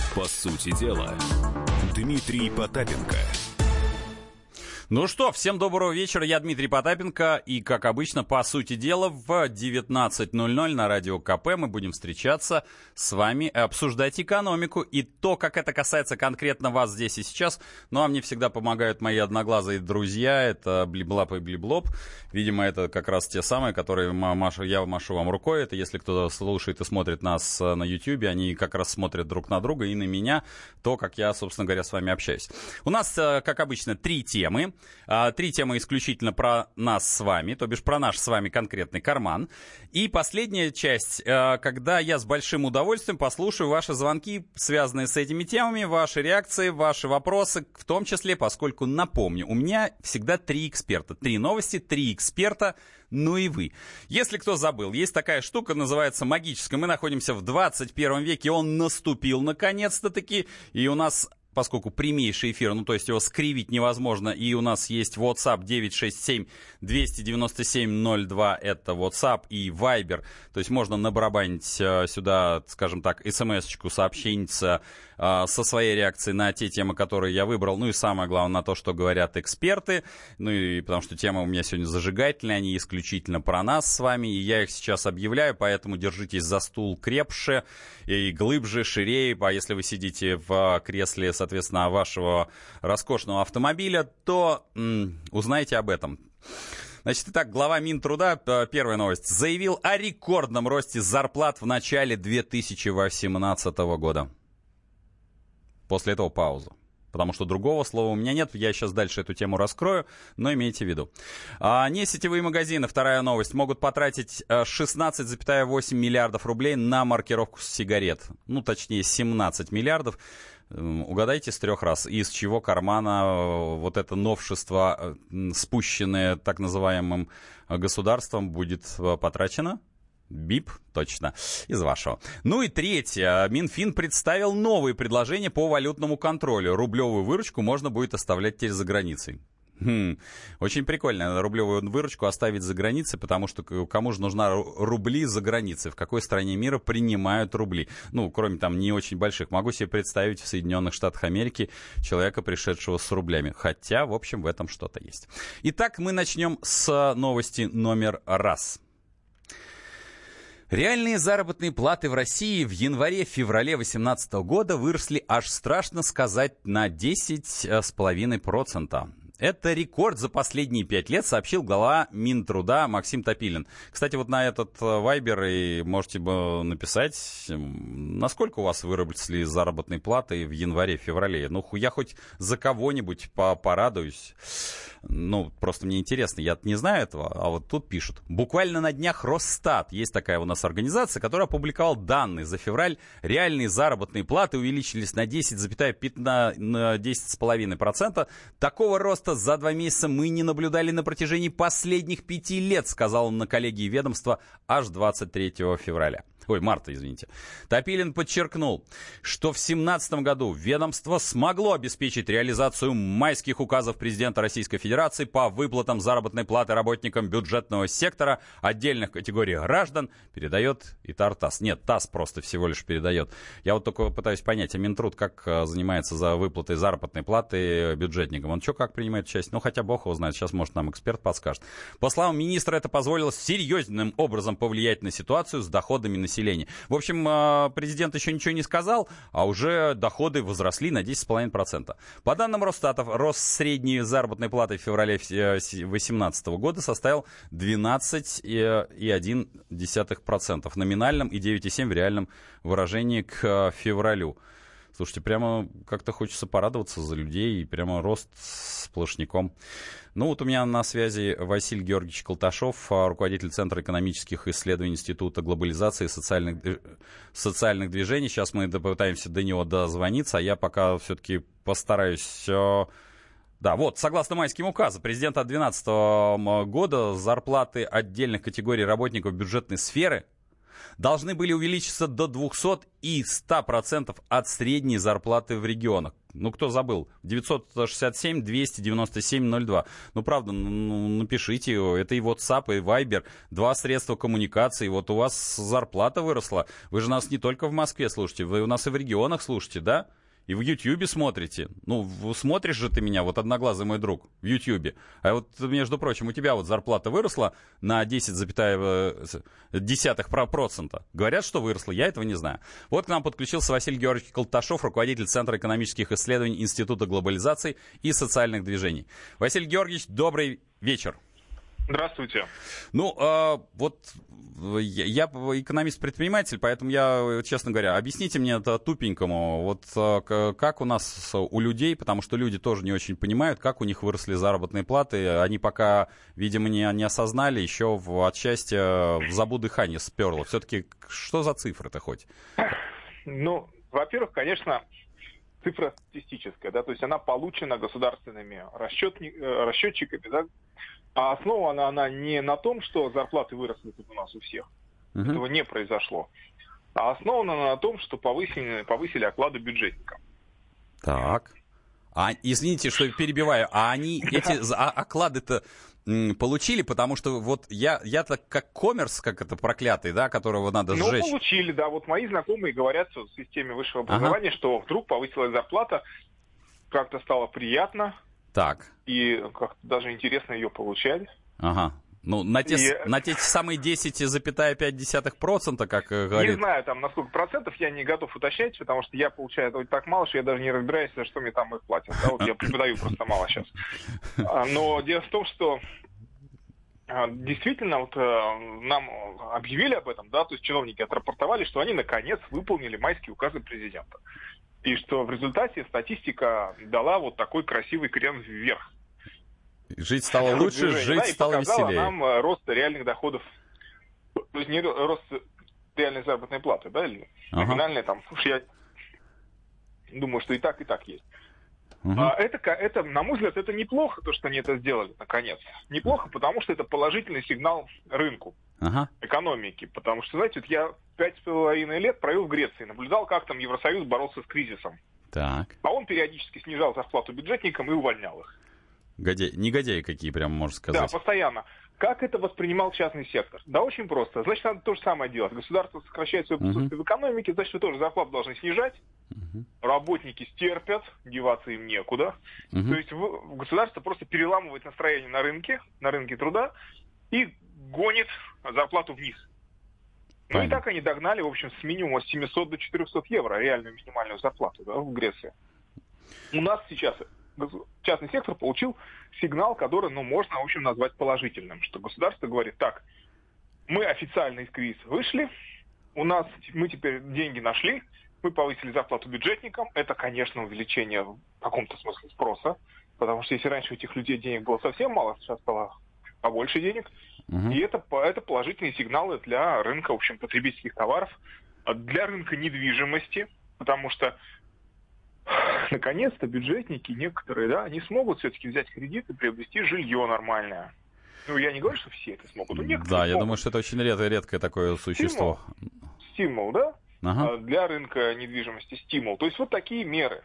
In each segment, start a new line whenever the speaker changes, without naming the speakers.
По сути дела, Дмитрий Потапенко.
Ну что, всем доброго вечера, я Дмитрий Потапенко, и, как обычно, по сути дела, в 19:00 на Радио КП мы будем встречаться с вами и обсуждать экономику и то, как это касается конкретно вас здесь и сейчас. Ну, а мне всегда помогают мои одноглазые друзья, это Блиблап и Блиблоп. Видимо, это как раз те самые, которые я машу вам рукой. Это если кто слушает и смотрит нас на YouTube, они как раз смотрят друг на друга и на меня, то, как я, собственно говоря, с вами общаюсь. У нас, как обычно, три темы. Три темы исключительно про нас с вами, то бишь про наш с вами конкретный карман. И последняя часть, когда я с большим удовольствием послушаю ваши звонки, связанные с этими темами, ваши реакции, ваши вопросы, в том числе, поскольку, напомню, у меня всегда три эксперта. Три новости, три эксперта, ну и вы. Если кто забыл, есть такая штука, называется магическая. Мы находимся в 21 веке, он наступил наконец-то-таки, и у нас... Поскольку прямейший эфир, ну то есть его скривить невозможно, и у нас есть WhatsApp 967-297-02, это WhatsApp, и Viber, то есть можно набарабанить сюда, скажем так, смс-очку, сообщенница со своей реакцией на те темы, которые я выбрал, ну и самое главное, на то, что говорят эксперты, ну и потому что темы у меня сегодня зажигательные, они исключительно про нас с вами, и я их сейчас объявляю, поэтому держитесь за стул крепше и глубже, ширее, а если вы сидите в кресле, соответственно, вашего роскошного автомобиля, то узнаете об этом. Значит, итак, глава Минтруда, первая новость, заявил о рекордном росте зарплат в начале 2018 года. После этого пауза. Потому что другого слова у меня нет, я сейчас дальше эту тему раскрою, но имейте в виду. Несетевые магазины, вторая новость, могут потратить 16,8 миллиардов рублей на маркировку сигарет. Ну, точнее, 17 миллиардов. Угадайте с 3 раз, из чего кармана вот это новшество, спущенное так называемым государством, будет потрачено? БИП, точно, из вашего. Ну и третье. Минфин представил новые предложения по валютному контролю. Рублевую выручку можно будет оставлять теперь за границей. Очень прикольно рублевую выручку оставить за границей, потому что кому же нужна рубли за границей? В какой стране мира принимают рубли? Ну, кроме там не очень больших. Могу себе представить в Соединенных Штатах Америки человека, пришедшего с рублями. Хотя, в общем, в этом что-то есть. Итак, мы начнем с новости номер раз. Реальные заработные платы в России в январе-феврале 2018 года выросли аж, страшно сказать, на 10,5%. Это рекорд за последние 5 лет, сообщил глава Минтруда Максим Топилин. Кстати, вот на этот Вайбер и можете написать, насколько у вас выросли заработные платы в январе-феврале. Ну, я хоть за кого-нибудь порадуюсь. Ну, просто мне интересно, я не знаю этого, а вот тут пишут. Буквально на днях Росстат, есть такая у нас организация, которая опубликовала данные за февраль. Реальные заработные платы увеличились на 10,5%. Такого роста за 2 месяца мы не наблюдали на протяжении последних 5 лет, сказал он на коллегии ведомства аж 23 марта, извините. Топилин подчеркнул, что в 2017 году ведомство смогло обеспечить реализацию майских указов президента Российской Федерации по выплатам заработной платы работникам бюджетного сектора отдельных категорий граждан, передает и ТАСС. Нет, ТАСС просто всего лишь передает. Я вот только пытаюсь понять, а Минтруд как занимается за выплатой заработной платы бюджетникам? Он что, как принимает участие? Ну, хотя бог его знает, сейчас, может, нам эксперт подскажет. По словам министра, это позволило серьезным образом повлиять на ситуацию с доходами населения. В общем, президент еще ничего не сказал, а уже доходы возросли на 10,5%. По данным Росстата, рост средней заработной платы в феврале 2018 года составил 12,1% в номинальном и 9,7% в реальном выражении к февралю. Слушайте, прямо как-то хочется порадоваться за людей, и прямо рост сплошняком. Ну вот у меня на связи Василий Георгиевич Колташов, руководитель Центра экономических исследований Института глобализации и социальных движений. Сейчас мы попытаемся до него дозвониться, а я пока все-таки постараюсь... Да, вот, согласно майским указам президента от 2012 года, зарплаты отдельных категорий работников бюджетной сферы должны были увеличиться до 200 и 100% от средней зарплаты в регионах. Ну, кто забыл? 967-297-02. Ну, правда, напишите, это и WhatsApp, и Viber, два средства коммуникации. Вот у вас зарплата выросла. Вы же нас не только в Москве слушаете, вы у нас и в регионах слушаете, да? И в Ютьюбе смотрите. Ну, смотришь же ты меня, вот одноглазый мой друг, в Ютьюбе. А вот, между прочим, у тебя вот зарплата выросла на 10,1%. Говорят, что выросла, я этого не знаю. Вот к нам подключился Василий Георгиевич Колташов, руководитель Центра экономических исследований Института глобализации и социальных движений. Василий Георгиевич, добрый вечер.
Здравствуйте.
Ну, вот я экономист-предприниматель, поэтому я, честно говоря, объясните мне это тупенькому, вот как у нас у людей, потому что люди тоже не очень понимают, как у них выросли заработные платы, они пока, видимо, не осознали, еще от счастья в забу дыхание сперло. Все-таки что за цифры-то хоть?
Ну, во-первых, конечно, цифра статистическая, да, то есть она получена государственными расчетчиками, да, а основана она не на том, что зарплаты выросли тут у нас у всех. Этого не произошло. А основана она на том, что повысили оклады бюджетникам.
Так. Извините, что перебиваю. А они эти оклады-то получили, потому что вот я-то как коммерс, как это проклятый, да, которого надо сжечь.
Ну, получили, да. Вот мои знакомые говорят в системе высшего образования, что вдруг повысилась зарплата, как-то стало приятно.
Так.
И как-то даже интересно ее получать.
Ага. Ну, на те самые 10,5%, как говорит.
Не знаю, там, на сколько процентов, я не готов уточнять, потому что я получаю это так мало, что я даже не разбираюсь, за что мне там их платят. Да, вот я преподаю просто мало сейчас. Но дело в том, что действительно вот нам объявили об этом, да, то есть чиновники отрапортовали, что они наконец выполнили майские указы президента. И что в результате статистика дала вот такой красивый крен вверх.
Жить стало лучше, жить стало веселее.
Нам рост реальных доходов, то есть не рост реальной заработной платы, да, или номинальной там, уж я думаю, что и так есть. Это, на мой взгляд, это неплохо, то, что они это сделали, наконец. Неплохо, потому что это положительный сигнал рынку, экономики. Потому что, знаете, вот я 5,5 лет провел в Греции, наблюдал, как там Евросоюз боролся с кризисом.
Так.
А он периодически снижал зарплату бюджетникам и увольнял их.
Негодяи какие, прямо можно сказать.
Да, постоянно. Как это воспринимал частный сектор? Да очень просто. Значит, надо то же самое делать. Государство сокращает свое присутствие в экономике, значит, вы тоже зарплату должны снижать. Работники стерпят, деваться им некуда. То есть государство просто переламывает настроение на рынке труда и гонит зарплату вниз. Ну и так они догнали, в общем, с минимума с 700 до 400 евро реальную минимальную зарплату, да, в Греции. У нас сейчас частный сектор получил сигнал, который, можно, в общем, назвать положительным, что государство говорит: так, мы официально из кризиса вышли, мы теперь деньги нашли, мы повысили зарплату бюджетникам, это, конечно, увеличение в каком-то смысле спроса, потому что если раньше у этих людей денег было совсем мало, сейчас стало побольше денег, и это положительные сигналы для рынка, в общем, потребительских товаров, для рынка недвижимости, потому что наконец-то бюджетники некоторые, да, они смогут все-таки взять кредит и приобрести жилье нормальное. Ну, я не говорю, что все это смогут. Но некоторые
да, я
смогут.
думаю, что это очень редкое такое существо.
Стимул, да? Для рынка недвижимости стимул. То есть вот такие меры.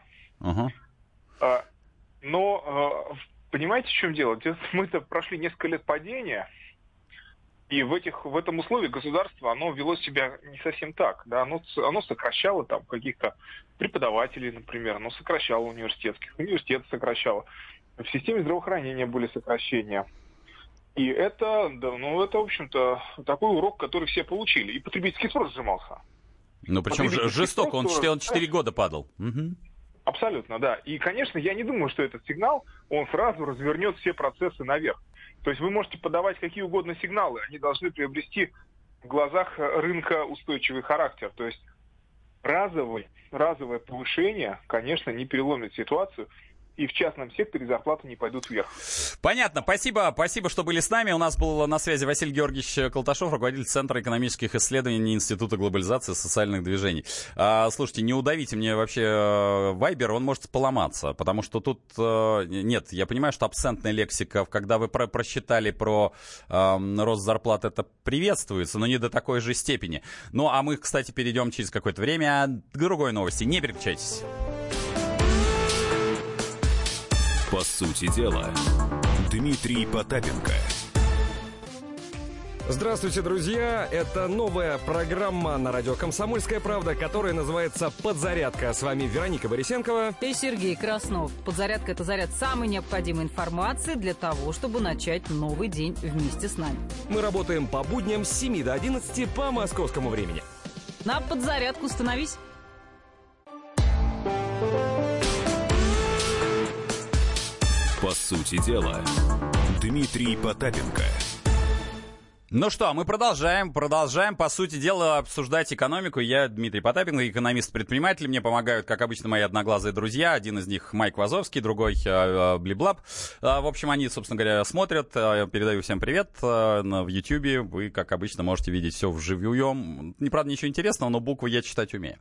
Но понимаете, в чем дело? Мы-то прошли несколько лет падения, и в этом условии государство, оно вело себя не совсем так. Да? Оно сокращало там каких-то преподавателей, например, оно сокращало университеты сокращало. В системе здравоохранения были сокращения. И это, в общем-то, такой урок, который все получили. И потребительский спрос сжимался.
Ну, причем жестоко, он 4 года падал.
Абсолютно, да. И, конечно, я не думаю, что этот сигнал, он сразу развернет все процессы наверх. То есть вы можете подавать какие угодно сигналы, они должны приобрести в глазах рынка устойчивый характер. То есть разовое повышение, конечно, не переломит ситуацию. и в частном секторе зарплаты не пойдут вверх.
Понятно. Спасибо, что были с нами. У нас был на связи Василий Георгиевич Колташов, руководитель Центра экономических исследований Института глобализации и социальных движений. Слушайте, не удавите мне вообще Вайбер, он может поломаться, потому что тут нет, я понимаю, что абсентная лексика, когда вы просчитали про рост зарплат, это приветствуется, но не до такой же степени. Ну, а мы, кстати, перейдем через какое-то время к другой новости. Не переключайтесь.
По сути дела, Дмитрий Потапенко.
Здравствуйте, друзья! Это новая программа на радио «Комсомольская правда», которая называется «Подзарядка». С вами Вероника Борисенкова
и Сергей Краснов. Подзарядка — это заряд самой необходимой информации для того, чтобы начать новый день вместе с нами.
Мы работаем по будням с 7 до 11 по московскому времени.
На подзарядку становись.
По сути дела, Дмитрий Потапенко.
Ну что, мы продолжаем, по сути дела, обсуждать экономику. Я Дмитрий Потапенко, экономист-предприниматель. Мне помогают, как обычно, мои одноглазые друзья. Один из них Майк Вазовский, другой Блиблаб. В общем, они, собственно говоря, смотрят. Передаю всем привет. В Ютьюбе вы, как обычно, можете видеть все вживую. Правда, ничего интересного, но буквы я читать умею.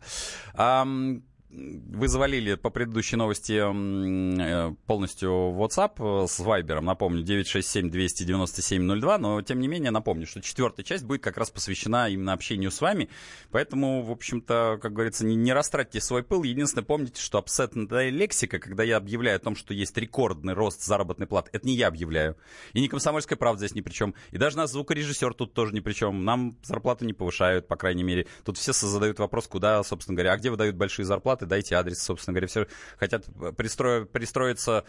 Вы завалили по предыдущей новости полностью WhatsApp с Viber, напомню, 967-297-02, но, тем не менее, напомню, что 4-я часть будет как раз посвящена именно общению с вами, поэтому, в общем-то, как говорится, не растратьте свой пыл. Единственное, помните, что абсентная лексика, когда я объявляю о том, что есть рекордный рост заработной платы, это не я объявляю, и не «Комсомольская правда» здесь ни при чем, и даже наш звукорежиссер тут тоже ни при чем, нам зарплату не повышают, по крайней мере, тут все задают вопрос, куда, собственно говоря, а где выдают большие зарплаты, дайте адрес, собственно говоря, все хотят пристроиться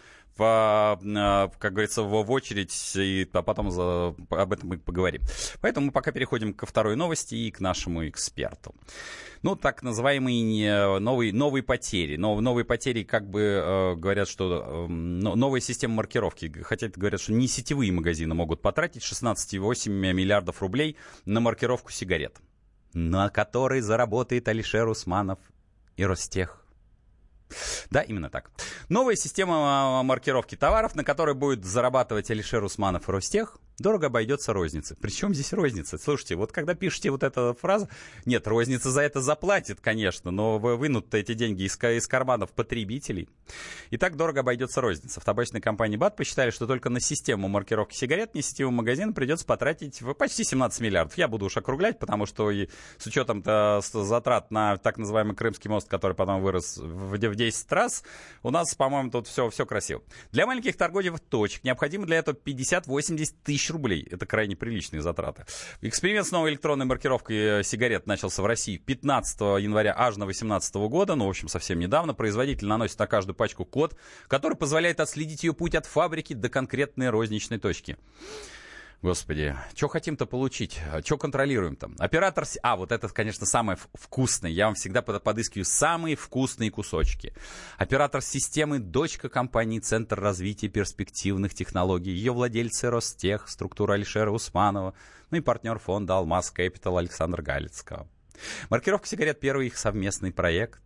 как говорится, в очередь, а потом об этом мы поговорим. Поэтому мы пока переходим ко второй новости и к нашему эксперту. Ну, так называемые новые потери. Новые потери, как бы говорят, что новая система маркировки. Хотя говорят, что не сетевые магазины могут потратить 16,8 миллиардов рублей на маркировку сигарет, на которой заработает Алишер Усманов и Ростех. Да, именно так. Новая система маркировки товаров, на которой будет зарабатывать Алишер Усманов и Ростех, дорого обойдется рознице. Причем здесь розница? Слушайте, вот когда пишете вот эту фразу, нет, розница за это заплатит, конечно, но вынут эти деньги из карманов потребителей. И так дорого обойдется розница. В табачной компании БАТ посчитали, что только на систему маркировки сигарет несетевым магазинам придется потратить почти 17 миллиардов. Я буду уж округлять, потому что и с учетом затрат на так называемый Крымский мост, который потом вырос в 10 раз, у нас, по-моему, тут все красиво. Для маленьких торговых точек необходимо для этого 50-80 тысяч рублей. Это крайне приличные затраты. Эксперимент с новой электронной маркировкой сигарет начался в России 15 января аж на 2018 года. Ну, в общем, совсем недавно. Производитель наносит на каждую пачку код, который позволяет отследить ее путь от фабрики до конкретной розничной точки. Господи, что хотим-то получить? Что контролируем там? Оператор... вот это, конечно, самое вкусное. Я вам всегда подыскиваю самые вкусные кусочки. Оператор системы — дочка компании «Центр развития перспективных технологий». Ее владельцы — Ростех, структура Алишера Усманова, ну и партнер фонда «Алмаз Кэпитал» Александра Галицкого. Маркировка сигарет — первый их совместный проект.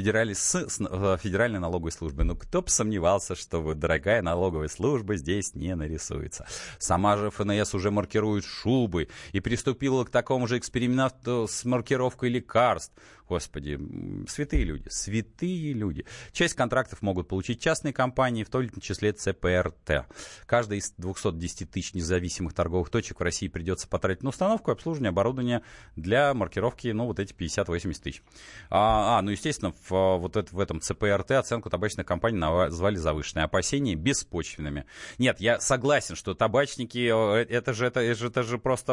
Федеральной налоговой службы. Ну, кто бы сомневался, что дорогая налоговая служба здесь не нарисуется. Сама же ФНС уже маркирует шубы и приступила к такому же эксперименту с маркировкой лекарств. Господи, святые люди. Часть контрактов могут получить частные компании, в том числе ЦПРТ. Каждая из 210 тысяч независимых торговых точек в России придется потратить на установку и обслуживание оборудования для маркировки, вот эти 50-80 тысяч. Естественно, в этом ЦПРТ оценку табачных компаний назвали завышенной, опасения беспочвенными. Нет, я согласен, что табачники, это же просто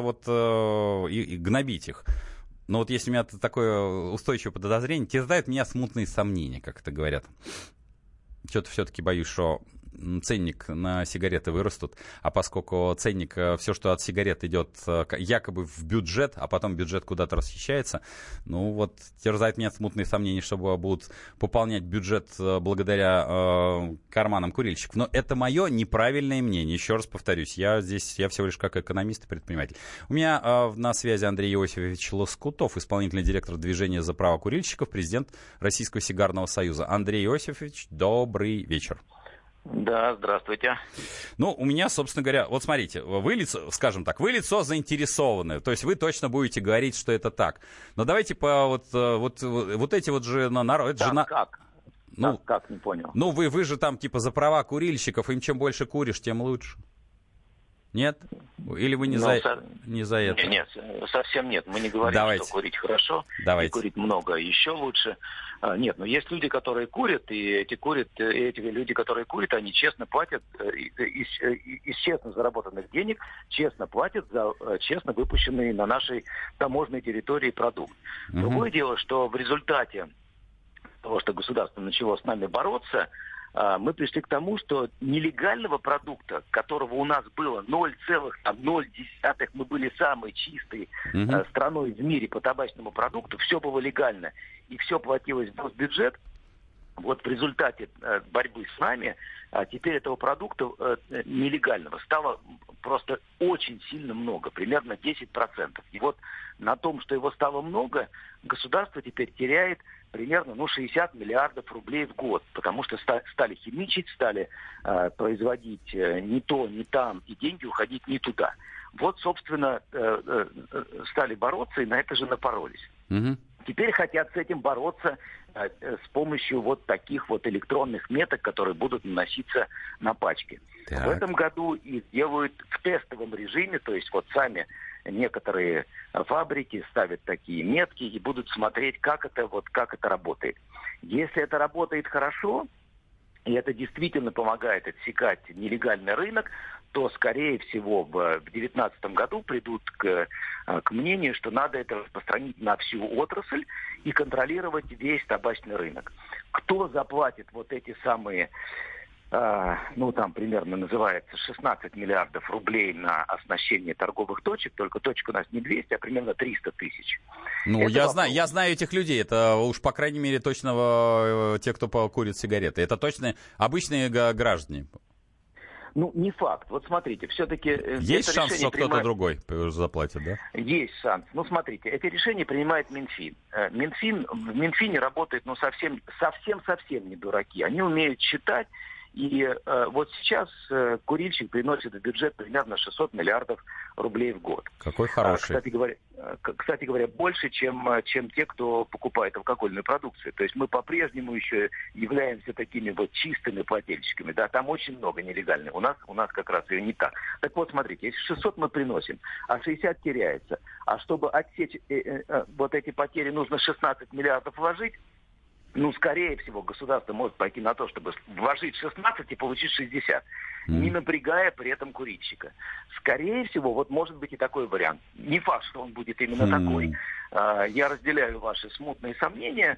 и гнобить их. Но вот если у меня такое устойчивое подозрение, терзают меня смутные сомнения, как это говорят. Что-то все-таки боюсь, что ценник на сигареты вырастут, а поскольку ценник, все, что от сигарет идет якобы в бюджет, а потом бюджет куда-то расхищается, терзает меня смутные сомнения, что будут пополнять бюджет благодаря карманам курильщиков. Но это мое неправильное мнение, еще раз повторюсь, я всего лишь как экономист и предприниматель. У меня на связи Андрей Иосифович Лоскутов, исполнительный директор движения за права курильщиков, президент Российского сигарного союза. Андрей Иосифович, добрый вечер.
Да, здравствуйте.
Ну, у меня, собственно говоря, вот смотрите, вы лицо, скажем так, вы лицо заинтересованное, то есть вы точно будете говорить, что это так. Но давайте по вот эти вот же народ...
Как? Ну, как, не понял.
Ну, вы же там типа за права курильщиков, им чем больше куришь, тем лучше. Нет? Или вы не за это?
Нет, совсем нет. Мы не говорим, что курить хорошо, и курить много еще лучше. Нет, но есть люди, которые курят, и эти люди, которые курят, они честно платят из честно заработанных денег, честно платят за честно выпущенный на нашей таможенной территории продукт. Другое дело, что в результате того, что государство начало с нами бороться, мы пришли к тому, что нелегального продукта, которого у нас было 0,0, мы были самой чистой страной в мире по табачному продукту, все было легально, и все платилось в госбюджет. Вот в результате борьбы с нами теперь этого продукта нелегального стало просто очень сильно много, примерно 10%. И вот на том, что его стало много, государство теперь теряет примерно 60 миллиардов рублей в год, потому что стали химичить, стали производить не то, не там, и деньги уходить не туда. Вот, собственно, стали бороться и на это же напоролись. Теперь хотят с этим бороться с помощью вот таких вот электронных меток, которые будут наноситься на пачки. Так. В этом году их делают в тестовом режиме, то есть вот сами некоторые фабрики ставят такие метки и будут смотреть, как это работает. Если это работает хорошо, и это действительно помогает отсекать нелегальный рынок, то, скорее всего, в 2019 году придут к мнению, что надо это распространить на всю отрасль и контролировать весь табачный рынок. Кто заплатит вот эти самые, там примерно называется 16 миллиардов рублей на оснащение торговых точек, только точек у нас не 200, а примерно 300 тысяч.
Ну, я знаю этих людей, это уж, по крайней мере, точно те, кто курит сигареты. Это точно обычные граждане.
Ну, не факт. Вот смотрите, все-таки...
Есть шанс, что кто-то другой заплатит, да?
Есть шанс. Ну, смотрите, это решение принимает Минфин. В Минфине работают, совсем не дураки. Они умеют считать. И вот сейчас курильщик приносит в бюджет примерно 600 миллиардов рублей в год.
Какой хороший.
Кстати говоря, больше, чем те, кто покупает алкогольную продукцию. То есть мы по-прежнему еще являемся такими вот чистыми плательщиками. Да, там очень много нелегальных. У нас как раз ее не так. Так вот, смотрите, если 600 мы приносим, а 60 теряется, а чтобы отсечь вот эти потери, нужно 16 миллиардов вложить. Скорее всего, государство может пойти на то, чтобы вложить 16 и получить 60, не напрягая при этом курильщика. Скорее всего, вот может быть и такой вариант. Не факт, что он будет именно такой. Я разделяю ваши смутные сомнения,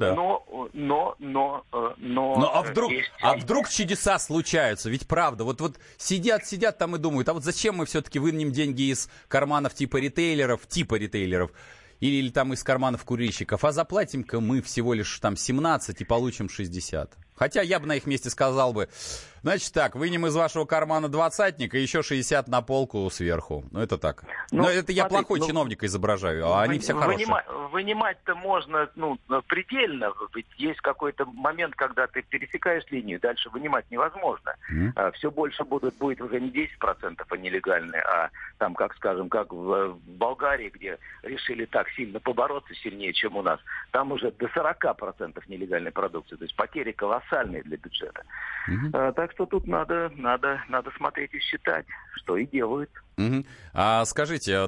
а вдруг чудеса случаются? Ведь правда, вот сидят там и думают, а вот зачем мы все-таки вынем деньги из карманов типа ритейлеров, или там из карманов курильщиков, а заплатим-ка мы всего лишь там 17 и получим 60. Хотя я бы на их месте сказал бы, значит так, вынем из вашего кармана 20-ник и еще 60 на полку сверху. Это так. Но это я плохой чиновник изображаю, а они все хорошие.
Вынимать-то можно, предельно. Ведь есть какой-то момент, когда ты пересекаешь линию, дальше вынимать невозможно. Все больше будет уже не 10%, а нелегальные, а там, как в Болгарии, где решили так сильно побороться, сильнее, чем у нас, там уже до 40% нелегальной продукции. То есть потери колоссальные для бюджета. Так что тут надо смотреть и считать, что и делают.
А скажите,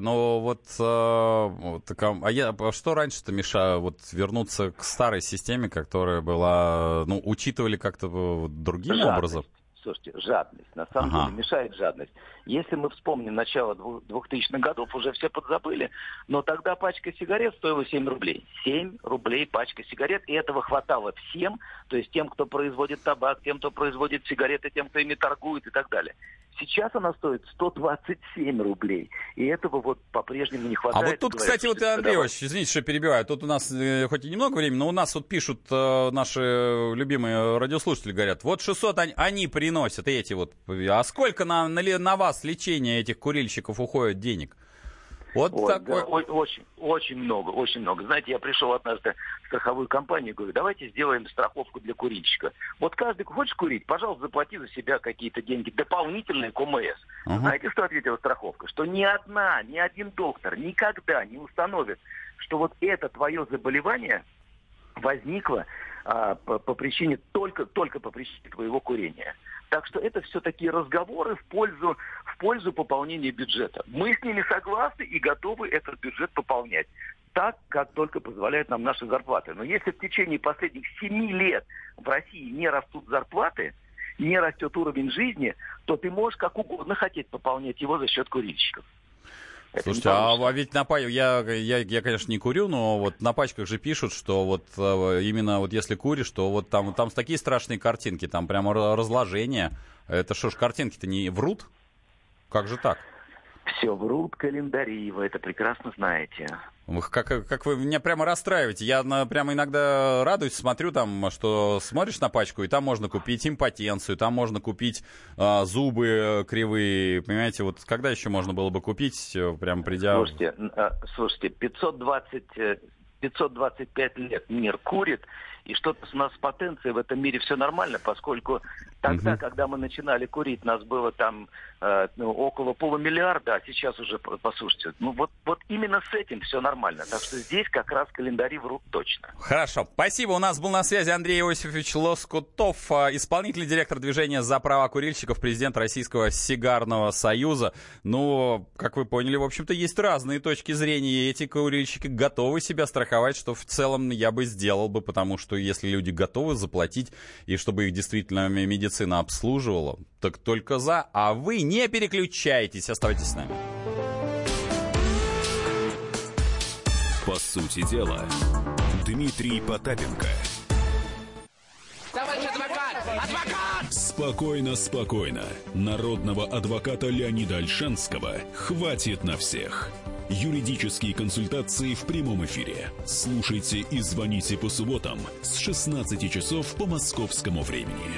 что раньше-то мешало вернуться к старой системе, которая была, учитывали как-то другим образом?
Слушайте, жадность. На самом деле мешает жадность. Если мы вспомним начало 2000-х годов, уже все подзабыли, но тогда пачка сигарет стоила 7 рублей. 7 рублей пачка сигарет, и этого хватало всем, то есть тем, кто производит табак, тем, кто производит сигареты, тем, кто ими торгует и так далее. Сейчас она стоит 127 рублей, и этого по-прежнему не хватает.
А вот тут, кстати, Андрей Иванович, извините, что перебиваю, тут у нас хоть и немного времени, но у нас пишут наши любимые радиослушатели, говорят, 600 они приносят, эти а сколько на вас лечение этих курильщиков уходит денег? Вот такой.
Да, очень много. Знаете, я пришел однажды в страховую компанию и говорю, давайте сделаем страховку для курильщика. Вот каждый, хочешь курить, пожалуйста, заплати за себя какие-то деньги дополнительные к ОМС. Знаете, что ответила страховка? Что ни один доктор никогда не установит, что вот это твое заболевание возникло по причине только по причине твоего курения. Так что это все такие разговоры в пользу пополнения бюджета. Мы с ними согласны и готовы этот бюджет пополнять так, как только позволяют нам наши зарплаты. Но если в течение последних 7 лет в России не растут зарплаты, не растет уровень жизни, то ты можешь как угодно хотеть пополнять его за счет курильщиков.
Слушайте, а ведь на пачках, я, конечно, не курю, но вот на пачках же пишут, что вот именно вот если куришь, то вот там такие страшные картинки, там прямо разложение. Это что ж, картинки-то не врут? Как же так?
Все врут календари, вы это прекрасно знаете.
Как вы меня прямо расстраиваете. Я прямо иногда радуюсь, смотрю там, что смотришь на пачку, и там можно купить импотенцию, там можно купить зубы кривые. Понимаете, вот когда еще можно было бы купить, прям придя...
Слушайте, 525 лет мир курит, и что-то у нас с потенцией в этом мире все нормально, поскольку тогда, когда мы начинали курить, нас было там около 500 миллиона, а сейчас уже, послушайте, вот именно с этим все нормально. Так что здесь как раз календари врут точно.
Хорошо, спасибо. У нас был на связи Андрей Иосифович Лоскутов, исполнительный директор движения «За права курильщиков», президент Российского сигарного союза. Ну, как вы поняли, в общем-то, есть разные точки зрения, и эти курильщики готовы себя страховать, что в целом я бы сделал бы, потому что если люди готовы заплатить, и чтобы их действительно медицина обслуживала, так только за. А вы не переключайтесь, оставайтесь с нами.
По сути дела, Дмитрий Потапенко.
Товарищ адвокат! Адвокат!
Спокойно. Народного адвоката Леонида Ольшанского хватит на всех. Юридические консультации в прямом эфире. Слушайте и звоните по субботам с 16 часов по московскому времени.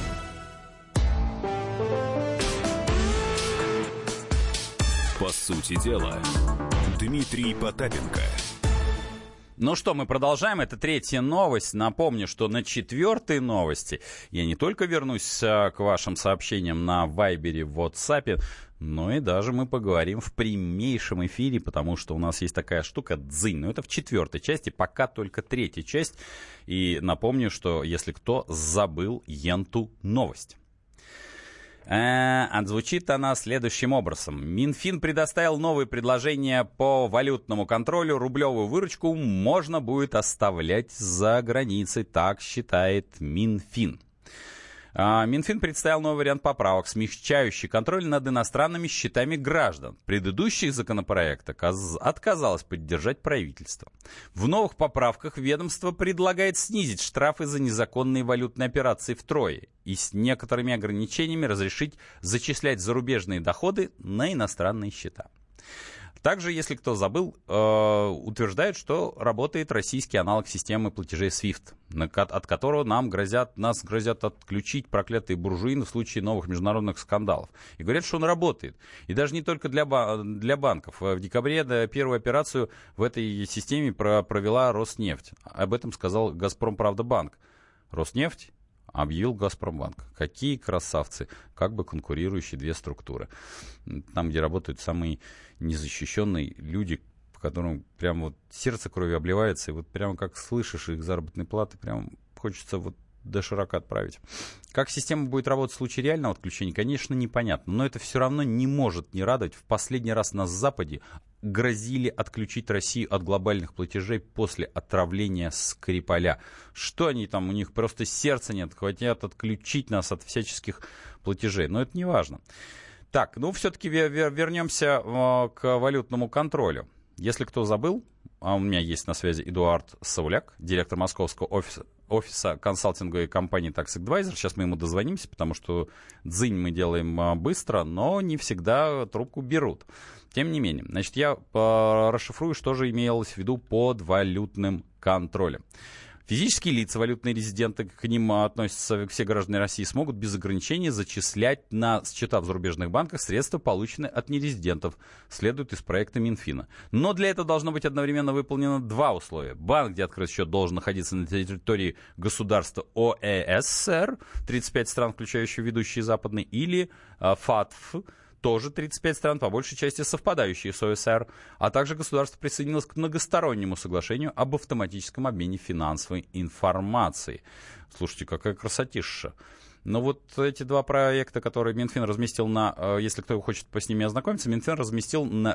По сути дела, Дмитрий Потапенко.
Ну что, мы продолжаем. Это третья новость. Напомню, что на четвертой новости я не только вернусь к вашим сообщениям на Вайбере, в WhatsApp, но и даже мы поговорим в прямейшем эфире, потому что у нас есть такая штука «Дзынь». Но это в четвертой части, пока только третья часть. И напомню, что если кто забыл енту новость. Звучит она следующим образом. Минфин предоставил новые предложения по валютному контролю. Рублевую выручку можно будет оставлять за границей, так считает Минфин. Минфин представил новый вариант поправок, смягчающий контроль над иностранными счетами граждан. Предыдущий законопроект отказалось поддержать правительство. В новых поправках ведомство предлагает снизить штрафы за незаконные валютные операции втрое и с некоторыми ограничениями разрешить зачислять зарубежные доходы на иностранные счета. Также, если кто забыл, утверждает, что работает российский аналог системы платежей SWIFT, от которого нас грозят отключить проклятые буржуины в случае новых международных скандалов. И говорят, что он работает. И даже не только для банков. В декабре первую операцию в этой системе провела Роснефть. Об этом сказал Газпромправдабанк. Роснефть объявил Газпромбанк. Какие красавцы, как бы конкурирующие две структуры. Там, где работают самые незащищенные люди, по которым прям вот сердце кровью обливается, и вот прямо как слышишь их заработной платы, прям хочется вот доширока отправить. Как система будет работать в случае реального отключения, конечно, непонятно, но это все равно не может не радовать. В последний раз на Западе грозили отключить Россию от глобальных платежей после отравления Скрипаля. Что они там, у них просто сердца нет, хотят отключить нас от всяческих платежей, но это не важно. Так, ну все-таки вернемся к валютному контролю. Если кто забыл, а у меня есть на связи Эдуард Сауляк, директор московского офиса консалтинговой компании Tax Advisor. Сейчас мы ему дозвонимся, потому что дзынь мы делаем быстро, но не всегда трубку берут. Тем не менее, значит, я расшифрую, что же имелось в виду под валютным контролем. Физические лица, валютные резиденты, к ним относятся все граждане России, смогут без ограничений зачислять на счета в зарубежных банках средства, полученные от нерезидентов, следует из проекта Минфина. Но для этого должно быть одновременно выполнено два условия. Банк, где открыт счет, должен находиться на территории государства ОЭС-СССР, 35 стран, включающие ведущие западные, или ФАТФ, тоже 35 стран, по большей части совпадающие с ОСР, а также государство присоединилось к многостороннему соглашению об автоматическом обмене финансовой информацией. Слушайте, какая красотища. Но вот эти два проекта, которые Минфин разместил на, если кто хочет с ними ознакомиться, Минфин разместил на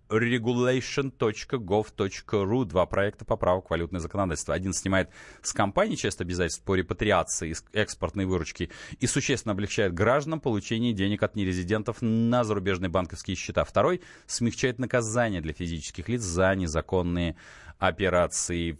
regulation.gov.ru два проекта поправок в валютное законодательство. Один снимает с компаний часть обязательств по репатриации экспортной выручки и существенно облегчает гражданам получение денег от нерезидентов на зарубежные банковские счета. Второй смягчает наказание для физических лиц за незаконные операции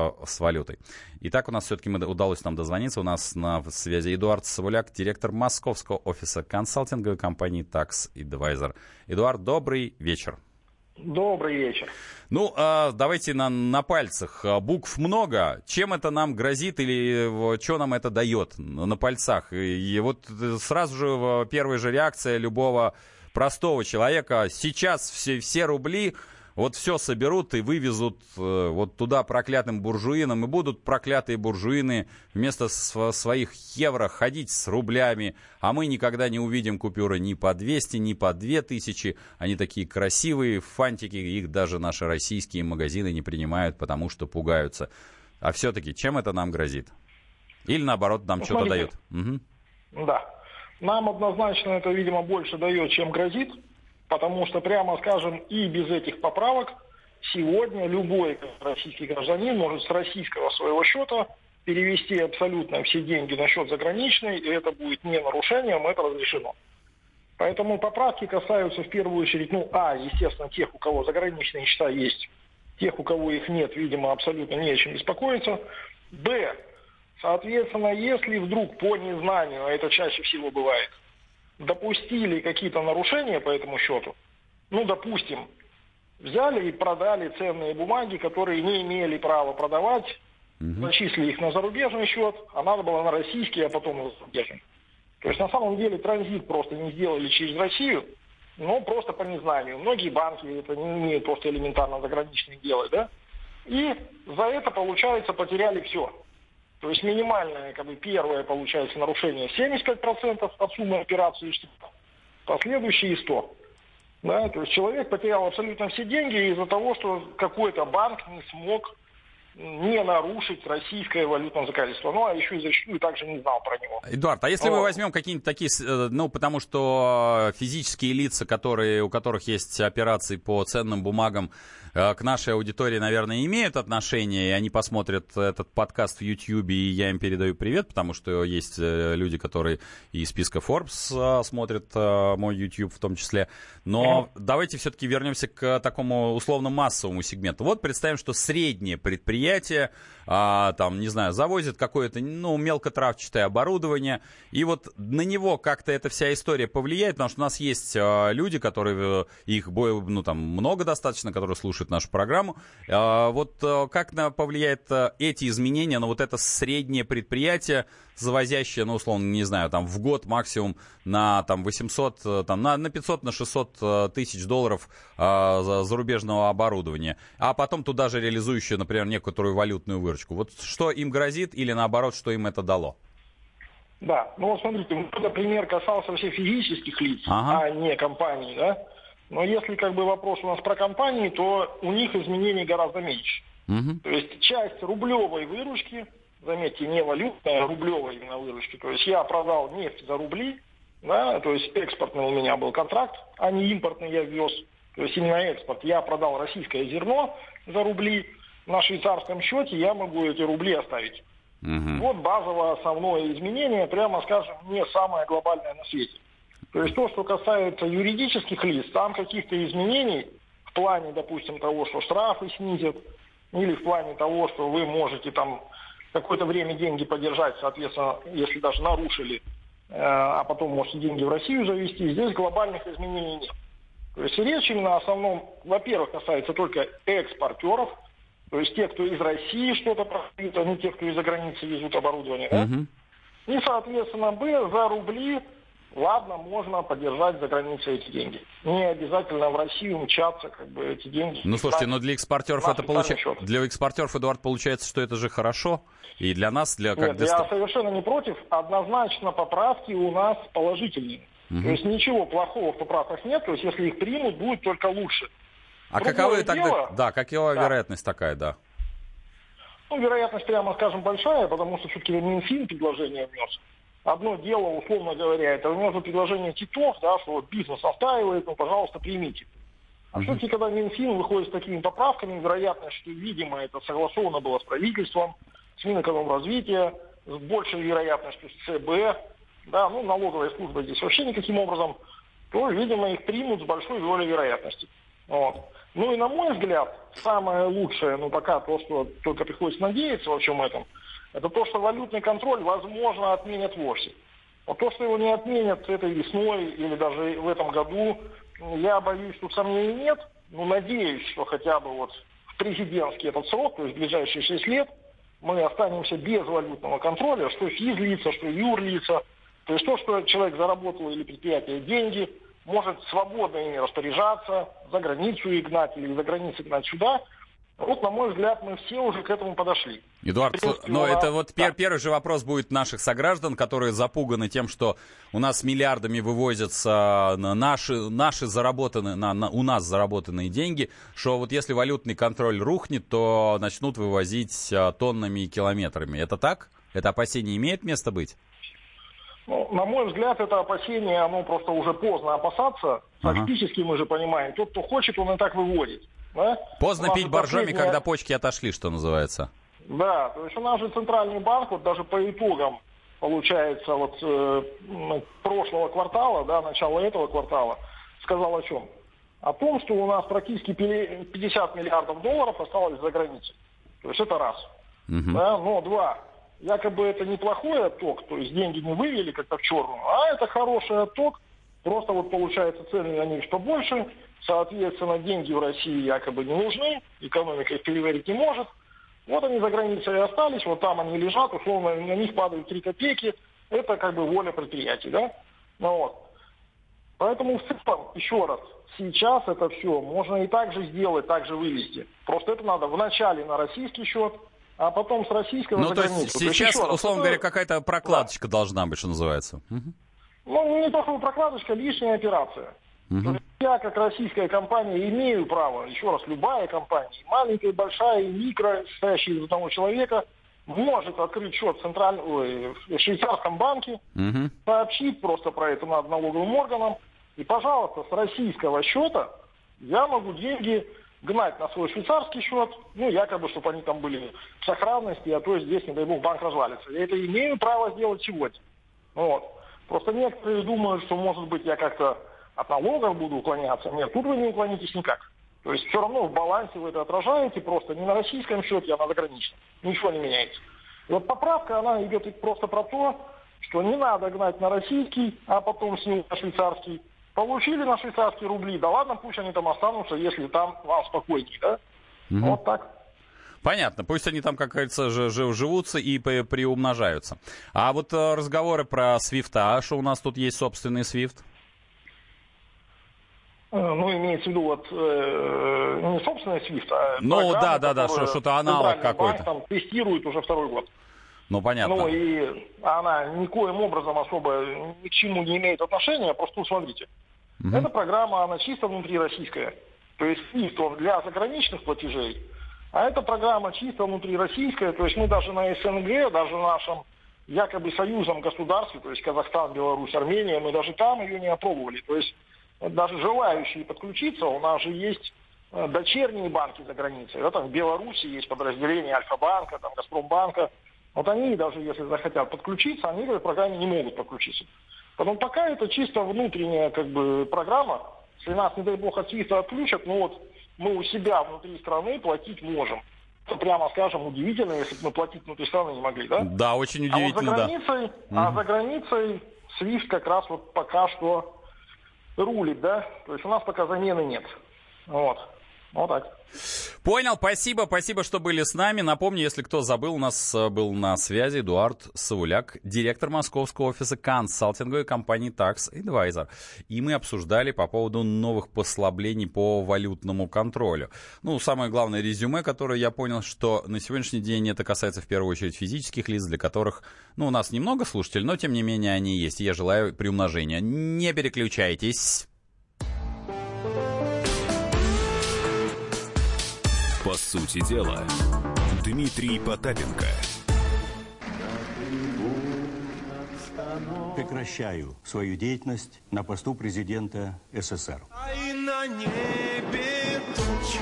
с валютой. Итак, у нас все-таки удалось нам дозвониться. У нас на связи Эдуард Савуляк, директор московского офиса консалтинговой компании Tax Advisor. Эдуард, добрый вечер.
Добрый вечер.
Ну, давайте на пальцах. Букв много. Чем это нам грозит или что нам это дает на пальцах? И вот сразу же первая же реакция любого простого человека. Сейчас все рубли вот все соберут и вывезут вот туда проклятым буржуинам, и будут проклятые буржуины вместо своих евро ходить с рублями, а мы никогда не увидим купюры ни по 200, ни по 2000. Они такие красивые, фантики, их даже наши российские магазины не принимают, потому что пугаются. А все-таки чем это нам грозит? Или наоборот, нам что-то дает? Угу.
Да. Нам однозначно это, видимо, больше дает, чем грозит. Потому что, прямо скажем, и без этих поправок сегодня любой российский гражданин может с российского своего счета перевести абсолютно все деньги на счет заграничный, и это будет не нарушением, это разрешено. Поэтому поправки касаются в первую очередь, естественно, тех, у кого заграничные счета есть, тех, у кого их нет, видимо, абсолютно не о чем беспокоиться. Б. Соответственно, если вдруг по незнанию, а это чаще всего бывает, допустили какие-то нарушения по этому счету, допустим, взяли и продали ценные бумаги, которые не имели права продавать, зачислили их на зарубежный счет, а надо было на российский, а потом на зарубежный. То есть на самом деле транзит просто не сделали через Россию, но просто по незнанию. Многие банки это не умеют просто элементарно заграничные делать, да? И за это, получается, потеряли все. То есть минимальное, первое, получается, нарушение 75% от суммы операции, последующие 100%. Да? То есть человек потерял абсолютно все деньги из-за того, что какой-то банк не смог не нарушить российское валютное законодательство. А еще и зачастую также не знал про него.
Эдуард, а если мы возьмем какие-нибудь такие, потому что физические лица, у которых есть операции по ценным бумагам, к нашей аудитории, наверное, имеют отношение, и они посмотрят этот подкаст в YouTube, и я им передаю привет, потому что есть люди, которые и из списка Forbes смотрят мой YouTube в том числе. Но давайте все-таки вернемся к такому условно-массовому сегменту. Вот представим, что среднее предприятие, завозит какое-то, мелкотравчатое оборудование, и вот на него как-то эта вся история повлияет, потому что у нас есть люди, которые, их много достаточно, которые слушают нашу программу. Как повлияет эти изменения на вот это среднее предприятие, завозящее, в год максимум на 800, на 500, на 600 тысяч долларов зарубежного оборудования, а потом туда же реализующее, например, некоторую валютную выручку. Вот что им грозит или наоборот, что им это дало?
Да, смотрите, например, касался вообще физических лиц, а не компаний, да? Но если вопрос у нас про компании, то у них изменений гораздо меньше. То есть часть рублевой выручки, заметьте, не валютной, а рублевой именно выручки. То есть я продал нефть за рубли, да, то есть экспортный у меня был контракт, а не импортный я ввез. То есть именно экспорт. Я продал российское зерно за рубли, на швейцарском счете я могу эти рубли оставить. Вот базовое основное изменение, прямо скажем, не самое глобальное на свете. То есть то, что касается юридических лиц, там каких-то изменений в плане, допустим, того, что штрафы снизят, или в плане того, что вы можете какое-то время деньги подержать, соответственно, если даже нарушили, а потом можете деньги в Россию завести, здесь глобальных изменений нет. То есть речь именно в основном, во-первых, касается только экспортеров, То есть те, кто из России что-то продают, а не те, кто из-за границы везут оборудование. Да? И, соответственно, за рубли, ладно, можно поддержать за границей эти деньги. Не обязательно в Россию мчаться, как бы, эти деньги.
Ну, слушайте, но для экспортеров это получается... Для экспортеров, Эдуард, получается, что это же хорошо. И для нас,
Нет, я совершенно не против. Однозначно поправки у нас положительные. То есть ничего плохого в поправках нет. То есть если их примут, будет только лучше.
А каковы тогда... Да, какова вероятность такая, да?
Ну, вероятность, прямо скажем, большая, потому что все-таки Минфин предложение внес. Одно дело, условно говоря, это внес предложение Титов, да, что вот бизнес настаивает, ну, пожалуйста, примите. А все-таки, когда Минфин выходит с такими поправками, вероятность, что, видимо, это согласовано было с правительством, с Минэкономразвития, с большей вероятностью с ЦБ, да, ну, налоговая служба здесь вообще никаким образом, то, видимо, их примут с большой долей вероятности. Вот. Ну и, на мой взгляд, самое лучшее, ну, пока то, что только приходится надеяться во всем этом, это то, что валютный контроль, возможно, отменят вовсе. Вот то, что его не отменят этой весной или даже в этом году, я боюсь, что сомнений нет. Но надеюсь, что хотя бы вот в президентский этот срок, то есть в ближайшие 6 лет, мы останемся без валютного контроля, что физлица, что юрлица. То есть то, что человек заработал или предприятие деньги, может свободно ими распоряжаться, за границу их гнать или за границу гнать сюда. Вот, на мой взгляд, мы все уже к этому подошли.
Эдуард, но это вот первый же вопрос будет наших сограждан, которые запуганы тем, что у нас миллиардами вывозятся наши заработанные, у нас заработанные деньги, что вот если валютный контроль рухнет, то начнут вывозить тоннами и километрами. Это так? Это опасение имеет место быть?
Ну, на мой взгляд, это опасение, оно просто уже поздно опасаться. Фактически мы же понимаем, тот, кто хочет, он и так выводит. Да?
Поздно пить боржоми, когда почки отошли, что называется.
Да, то есть у нас же Центральный банк, вот даже по итогам, получается, вот прошлого квартала, да, начала этого квартала, сказал о чем? О том, что у нас практически 50 миллиардов долларов осталось за границей. То есть это раз. Да? Но два. Якобы это неплохой отток, то есть деньги не вывели как-то в черную, а это хороший отток. Просто вот получается цены на них побольше, соответственно, деньги в России якобы не нужны, экономика их переварить не может. Вот они за границей и остались, вот там они лежат, условно, на них падают 3 копейки. Это как бы воля предприятий, да? Ну вот. Поэтому в целом, еще раз, сейчас это все можно и так же сделать, так же вывести. Просто это надо вначале на российский счет, а потом с российского за границу.
Ну, то есть сейчас, условно говоря, какая-то прокладочка должна быть, что называется.
Ну, не то, что прокладочка, лишняя операция. То есть я, как российская компания, имею право, еще раз, любая компания, маленькая, большая, микро, состоящая из одного человека, может открыть счет в швейцарском банке, сообщить просто про это над налоговым органом, и, пожалуйста, с российского счета я могу деньги гнать на свой швейцарский счет, ну, якобы, чтобы они там были в сохранности, а то здесь, не дай бог, банк развалится. Я это имею право сделать сегодня. Вот. Просто некоторые думают, что, может быть, я как-то от налогов буду уклоняться. Нет, тут вы не уклонитесь никак. То есть все равно в балансе вы это отражаете, просто не на российском счете, а на заграничном. Ничего не меняется. И вот поправка, она идет просто про то, что не надо гнать на российский, а потом с ним на швейцарский. Получили на швейцарские рубли, да ладно, пусть они там останутся, если там вам спокойнее, да? Вот так.
Понятно, пусть они там, как говорится, живутся и приумножаются. А вот разговоры про SWIFT, а что у нас тут есть собственный SWIFT?
Ну, имеется в виду вот не собственный SWIFT, а
ну, да, что-то аналог какой-то.
Там тестирует уже 2-й год.
Ну, понятно.
Ну, и она никоим образом особо ни к чему не имеет отношения, просто смотрите. Эта программа, она чисто внутрироссийская. То есть SWIFT он для заграничных платежей, а эта программа чисто внутрироссийская. То есть мы даже на СНГ, даже в нашем якобы союзном государстве, то есть Казахстан, Беларусь, Армения, мы даже там ее не опробовали. То есть даже желающие подключиться, у нас же есть дочерние банки за границей. Да, там в Беларуси есть подразделения Альфа-банка, там Газпромбанка. Вот они, даже если захотят подключиться, они к этой программе не могут подключиться. Потому пока это чисто внутренняя как бы программа. Если нас, не дай бог, от SWIFT отключат, ну вот мы у себя внутри страны платить можем. Это, прямо скажем, удивительно, если бы мы платить внутри страны не могли, да?
Да, очень удивительно,
а за границей SWIFT как раз вот пока что рулит, да? То есть у нас пока замены нет. Вот. Вот так.
Понял, спасибо, что были с нами. Напомню, если кто забыл, у нас был на связи Эдуард Сауляк, директор московского офиса консалтинговой компании Tax Advisor. И мы обсуждали по поводу новых послаблений по валютному контролю. Ну, самое главное резюме, которое я понял, что на сегодняшний день это касается в первую очередь физических лиц, для которых, ну, у нас немного слушателей, но тем не менее они есть. И я желаю приумножения. Не переключайтесь.
По сути дела, Дмитрий Потапенко.
Прекращаю свою деятельность на посту президента СССР.
И на небе тучи.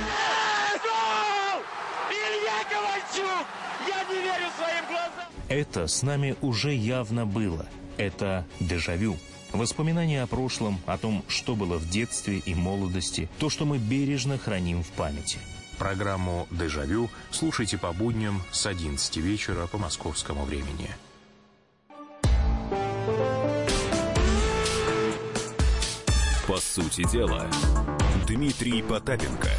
Илья Ковальчук! Я не верю своим глазам!
Это с нами уже явно было. Это дежавю. Воспоминания о прошлом, о том, что было в детстве и молодости, то, что мы бережно храним в памяти.
Программу «Дежавю» слушайте по будням с 11 вечера по московскому времени.
По сути дела, Дмитрий Потапенко.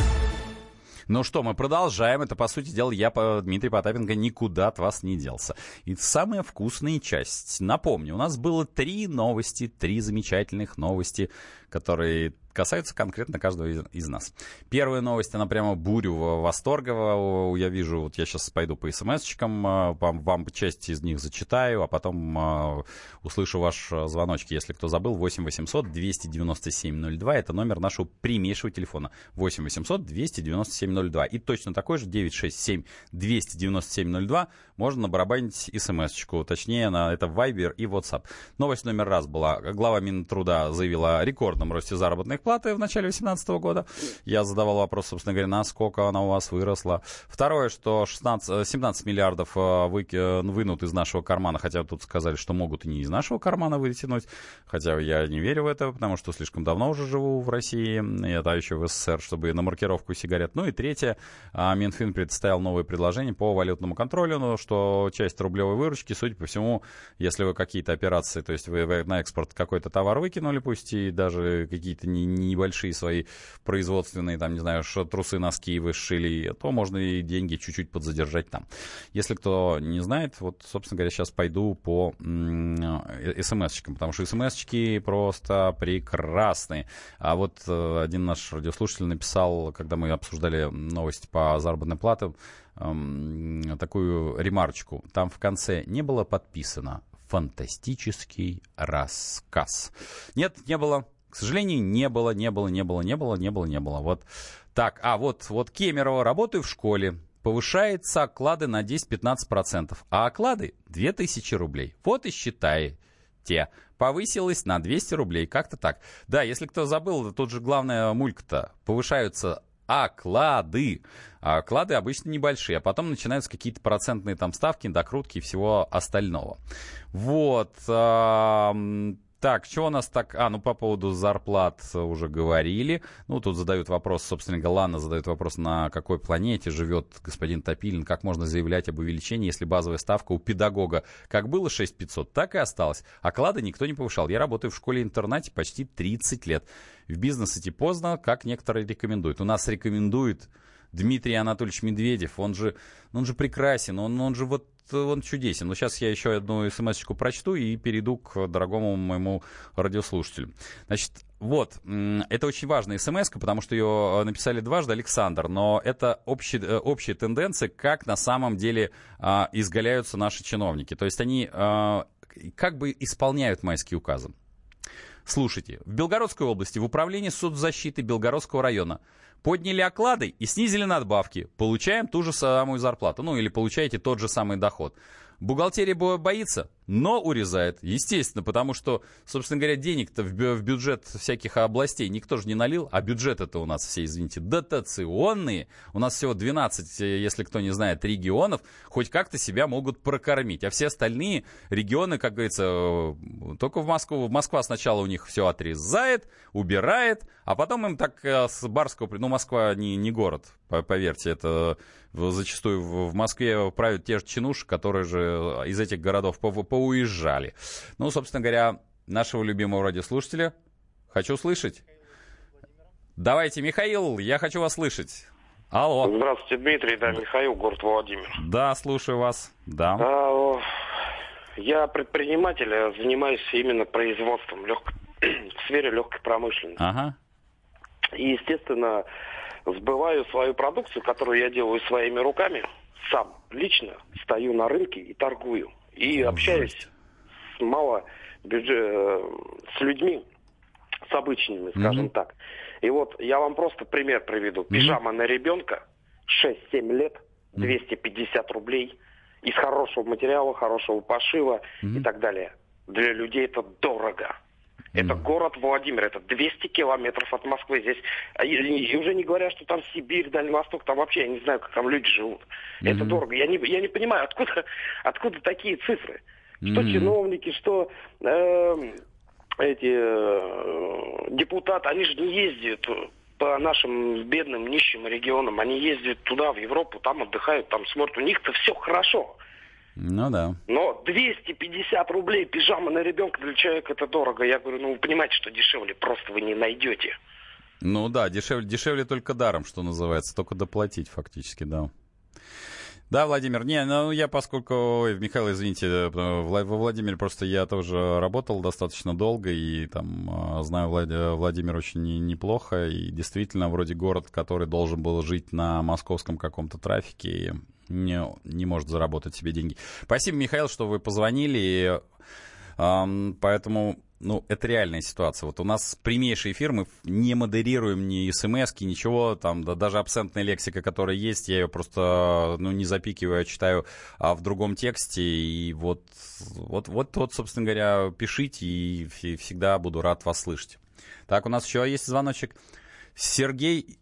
Ну что, мы продолжаем. Это, по сути дела, я, Дмитрий Потапенко, никуда от вас не делся. И самая вкусная часть. Напомню, у нас было 3 новости, 3 замечательных новости, которые касаются конкретно каждого из нас. Первая новость, она прямо бурю восторга. Я вижу, вот я сейчас пойду по смс-чикам, вам часть из них зачитаю, а потом услышу ваш звоночки. Если кто забыл, 8 800 297 02, это номер нашего прямейшего телефона. 8 800 297 02. И точно такой же 967 297 02 можно набарабанить смс-чку, точнее, это Viber и WhatsApp. Новость номер раз была. Глава Минтруда заявила о рекордном росте заработных платы в начале 2018 года. Я задавал вопрос, собственно говоря, насколько она у вас выросла. Второе, что 17 миллиардов вынут из нашего кармана, хотя тут сказали, что могут и не из нашего кармана вытянуть, хотя я не верю в это, потому что слишком давно уже живу в России, я еще в СССР, чтобы на маркировку сигарет. Ну и третье, Минфин представил новые предложения по валютному контролю, но что часть рублевой выручки, судя по всему, если вы какие-то операции, то есть вы на экспорт какой-то товар выкинули, пусть и даже какие-то небольшие свои производственные, там, не знаю, трусы, носки вы сшили, то можно и деньги чуть-чуть подзадержать там. Если кто не знает, вот, собственно говоря, сейчас пойду по смс-чикам, потому что смс-чики просто прекрасные. А вот один наш радиослушатель написал, когда мы обсуждали новости по заработным платам, такую ремарочку. Там в конце не было подписано «фантастический рассказ». Нет, не было. К сожалению, не было. Вот так, вот Кемерово, работаю в школе, повышается оклады на 10-15%, а оклады 2000 рублей. Вот и считайте. Повысилось на 200 рублей, как-то так. Да, если кто забыл, тут же главная мулька-то, повышаются оклады. А оклады обычно небольшие, а потом начинаются какие-то процентные там ставки, докрутки и всего остального. Вот. Так, что у нас так... по поводу зарплат уже говорили. Ну, тут задают вопрос, собственно говоря, Лана задает вопрос, на какой планете живет господин Топилин, как можно заявлять об увеличении, если базовая ставка у педагога как было 6500, так и осталось. Оклады никто не повышал. Я работаю в школе-интернате почти 30 лет. В бизнес идти поздно, как некоторые рекомендуют. У нас рекомендует Дмитрий Анатольевич Медведев, он же прекрасен, он чудесен. Но сейчас я еще одну смс-очку прочту и перейду к дорогому моему радиослушателю. Значит, вот, это очень важная смс-ка, потому что ее написали дважды Александр, но это общая тенденция, как на самом деле изгаляются наши чиновники. То есть они как бы исполняют майские указы. Слушайте, в Белгородской области в управлении соцзащиты Белгородского района подняли оклады и снизили надбавки. Получаем ту же самую зарплату. Ну, или получаете тот же самый доход. Бухгалтерия боится, но урезает. Естественно, потому что, собственно говоря, денег-то в бюджет всяких областей никто же не налил. А бюджеты-то у нас все, извините, дотационные. У нас всего 12, если кто не знает, регионов. Хоть как-то себя могут прокормить. А все остальные регионы, как говорится, только в Москву. Москва сначала у них все отрезает, убирает. А потом им так с барского... Ну, Москва не город, поверьте, это... Зачастую в Москве правят те же чинуши, которые же из этих городов поуезжали. Ну, собственно говоря, нашего любимого радиослушателя хочу слышать. Давайте, Михаил, я хочу вас слышать. Алло.
Здравствуйте, Дмитрий, да, Михаил, город Владимир.
Да, слушаю вас. Да.
Я предприниматель, занимаюсь именно производством в сфере легкой промышленности.
Ага.
И, естественно, сбываю свою продукцию, которую я делаю своими руками, сам, лично, стою на рынке и торгую. И общаюсь с людьми, с обычными, скажем так. И вот я вам просто пример приведу. Пижама на ребенка, 6-7 лет, 250 рублей. Из хорошего материала, хорошего пошива и так далее. Для людей это дорого. Это город Владимир, это 200 километров от Москвы. Здесь, и уже не говоря, что там Сибирь, Дальний Восток, там вообще я не знаю, как там люди живут. Это дорого. Я не понимаю, откуда такие цифры. Что чиновники, что депутаты, они же не ездят по нашим бедным, нищим регионам. Они ездят туда, в Европу, там отдыхают, там смотрят. У них-то все хорошо.
Ну да.
Но 250 рублей пижама на ребенка для человека это дорого. Я говорю, вы понимаете, что дешевле просто вы не найдете.
Ну да, дешевле только даром, что называется. Только доплатить фактически, да. Да, Владимир, я поскольку, Михаил, извините, во Владимире просто я тоже работал достаточно долго, и там знаю Владимир очень неплохо, и действительно вроде город, который должен был жить на московском каком-то трафике, не может заработать себе деньги. Спасибо, Михаил, что вы позвонили, и, поэтому... это реальная ситуация. Вот у нас прямейший эфир, мы не модерируем ни смс-ки, ничего, там, даже абсентная лексика, которая есть, я ее просто, не запикиваю, а читаю в другом тексте, и вот, собственно говоря, пишите, и всегда буду рад вас слышать. Так, у нас еще есть звоночек. Сергей,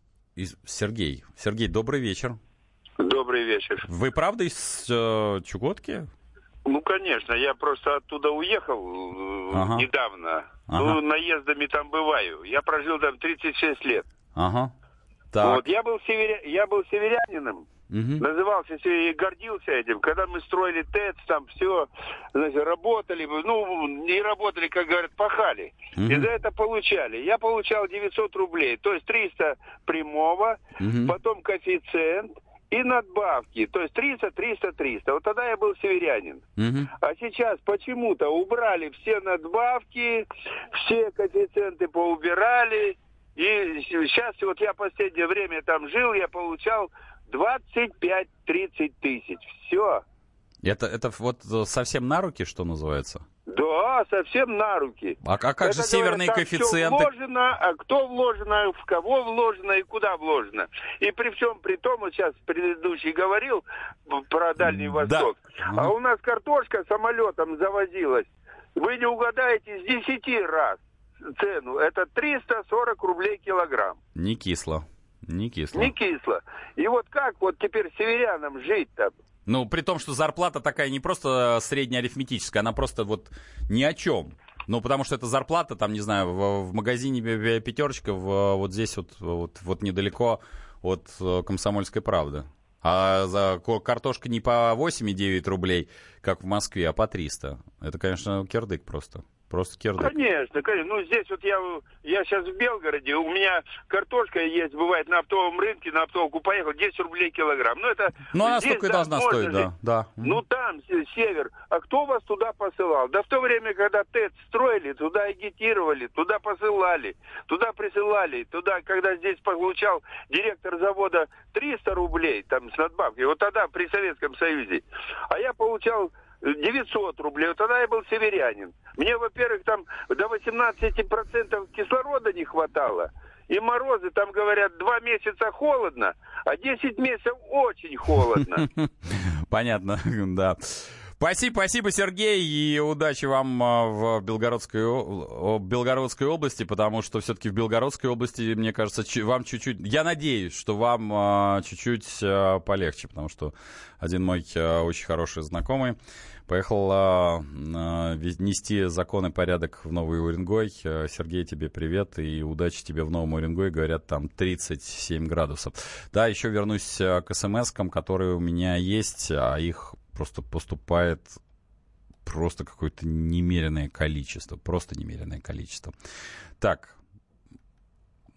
добрый вечер.
Добрый вечер.
Вы правда из Чукотки?
Конечно, я просто оттуда уехал недавно. Наездами там бываю. Я прожил там 36 лет.
Так.
Вот, я был северянином, назывался и гордился этим. Когда мы строили ТЭЦ, там все, работали, не работали, как говорят, пахали. И за это получали. Я получал 900 рублей, то есть 300 прямого, потом коэффициент, и надбавки, то есть 300. Вот тогда я был северянин. А сейчас почему-то убрали все надбавки, все коэффициенты поубирали. И сейчас вот я последнее время там жил, я получал 25-30 тысяч. Все.
Это вот совсем на руки, что называется?
Да, совсем на руки.
А как же северные коэффициенты?
Кто вложено, в кого вложено и куда вложено. И при том, вот сейчас предыдущий говорил про Дальний Восток. А у нас картошка самолетом завозилась. Вы не угадаете, с 10 раз цену. Это 340 рублей килограмм.
Не кисло.
И вот как вот теперь северянам жить-то?
При том, что зарплата такая не просто среднеарифметическая, она просто вот ни о чем. Потому что это зарплата, там, не знаю, в магазине «Пятерочка», вот здесь вот недалеко от «Комсомольской правды». А за картошка не по 8,9 рублей, как в Москве, а по 300. Это, конечно, кирдык просто. Просто кирдык.
Конечно. Здесь вот я сейчас в Белгороде, у меня картошка есть, бывает, на оптовом рынке, на оптовку поехал, 10 рублей килограмм.
Она столько и должна стоить, да.
Там север. А кто вас туда посылал? Да в то время, когда ТЭЦ строили, туда агитировали, туда посылали, туда присылали, туда, когда здесь получал директор завода 300 рублей, там, с надбавкой, вот тогда при Советском Союзе, а я получал 900 рублей. Вот тогда я был северянин. Мне, во-первых, там до 18% кислорода не хватало. И морозы, там, говорят, 2 месяца холодно, а 10 месяцев очень холодно.
Понятно, да. Спасибо, Сергей, и удачи вам в Белгородской области, потому что все-таки в Белгородской области, мне кажется, вам чуть-чуть... Я надеюсь, что вам чуть-чуть полегче, потому что один мой очень хороший знакомый поехал нести закон и порядок в Новый Уренгой. Сергей, тебе привет и удачи тебе в Новом Уренгое. Говорят, там 37 градусов. Да, еще вернусь к смс-кам, которые у меня есть, а их просто поступает просто какое-то немеренное количество. Так,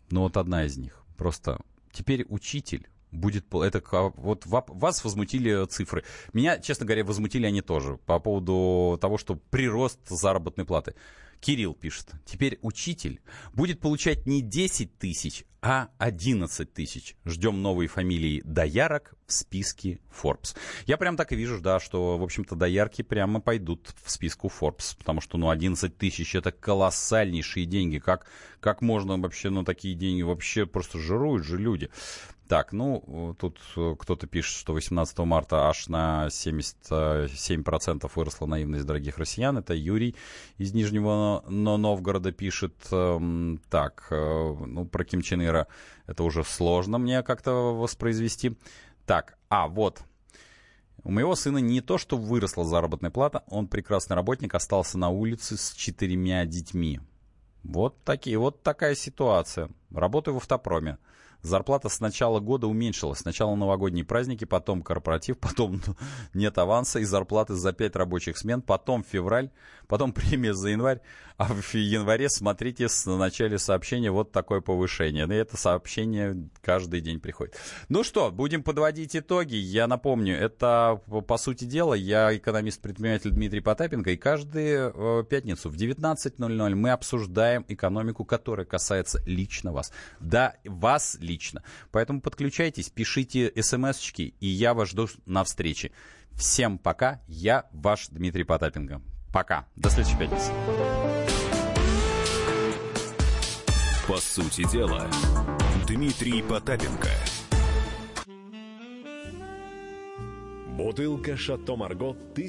Ну, вот одна из них. Просто теперь учитель будет... Это вот вас возмутили цифры. Меня, честно говоря, возмутили они тоже по поводу того, что прирост заработной платы. Кирилл пишет, теперь учитель будет получать не 10 тысяч, а 11 тысяч. Ждем новые фамилии доярок в списке Forbes. Я прям так и вижу, да, что, в общем-то, доярки прямо пойдут в списку Forbes, потому что, 11 тысяч — это колоссальнейшие деньги. Как можно вообще на такие деньги? Вообще просто жируют же люди. Так, тут кто-то пишет, что 18 марта аж на 77% выросла наивность дорогих россиян. Это Юрий из Нижнего Новгорода пишет. Про Ким Чен Ира это уже сложно мне как-то воспроизвести. Так, вот. У моего сына не то, что выросла заработная плата, он прекрасный работник, остался на улице с 4 детьми. Вот такая ситуация. Работаю в автопроме. Зарплата с начала года уменьшилась. Сначала новогодние праздники, потом корпоратив, потом нет аванса и зарплаты за 5 рабочих смен, потом февраль, потом премия за январь. А в январе, смотрите, на начале сообщения вот такое повышение. И это сообщение каждый день приходит. Ну что, будем подводить итоги. Я напомню, это, по сути дела, я экономист-предприниматель Дмитрий Потапенко, и каждую пятницу в 19:00 мы обсуждаем экономику, которая касается лично вас. Да, вас лично. Поэтому подключайтесь, пишите смс-очки, и я вас жду на встрече. Всем пока, я ваш Дмитрий Потапенко. Пока, до следующей пятницы.
По сути дела, Дмитрий Потапенко.
Бутылка «Шато Марго»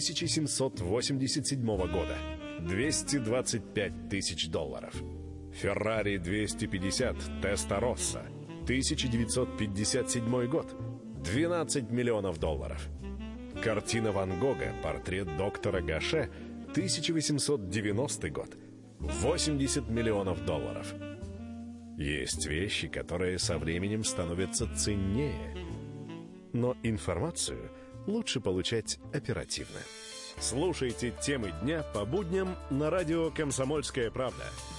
1787 года. $225 тысяч. Феррари 250 Теста-Росса. 1957 год. $12 миллионов. Картина Ван Гога «Портрет доктора Гаше», 1890 год. $80 миллионов. Есть вещи, которые со временем становятся ценнее. Но информацию лучше получать оперативно. Слушайте темы дня по будням на радио «Комсомольская правда».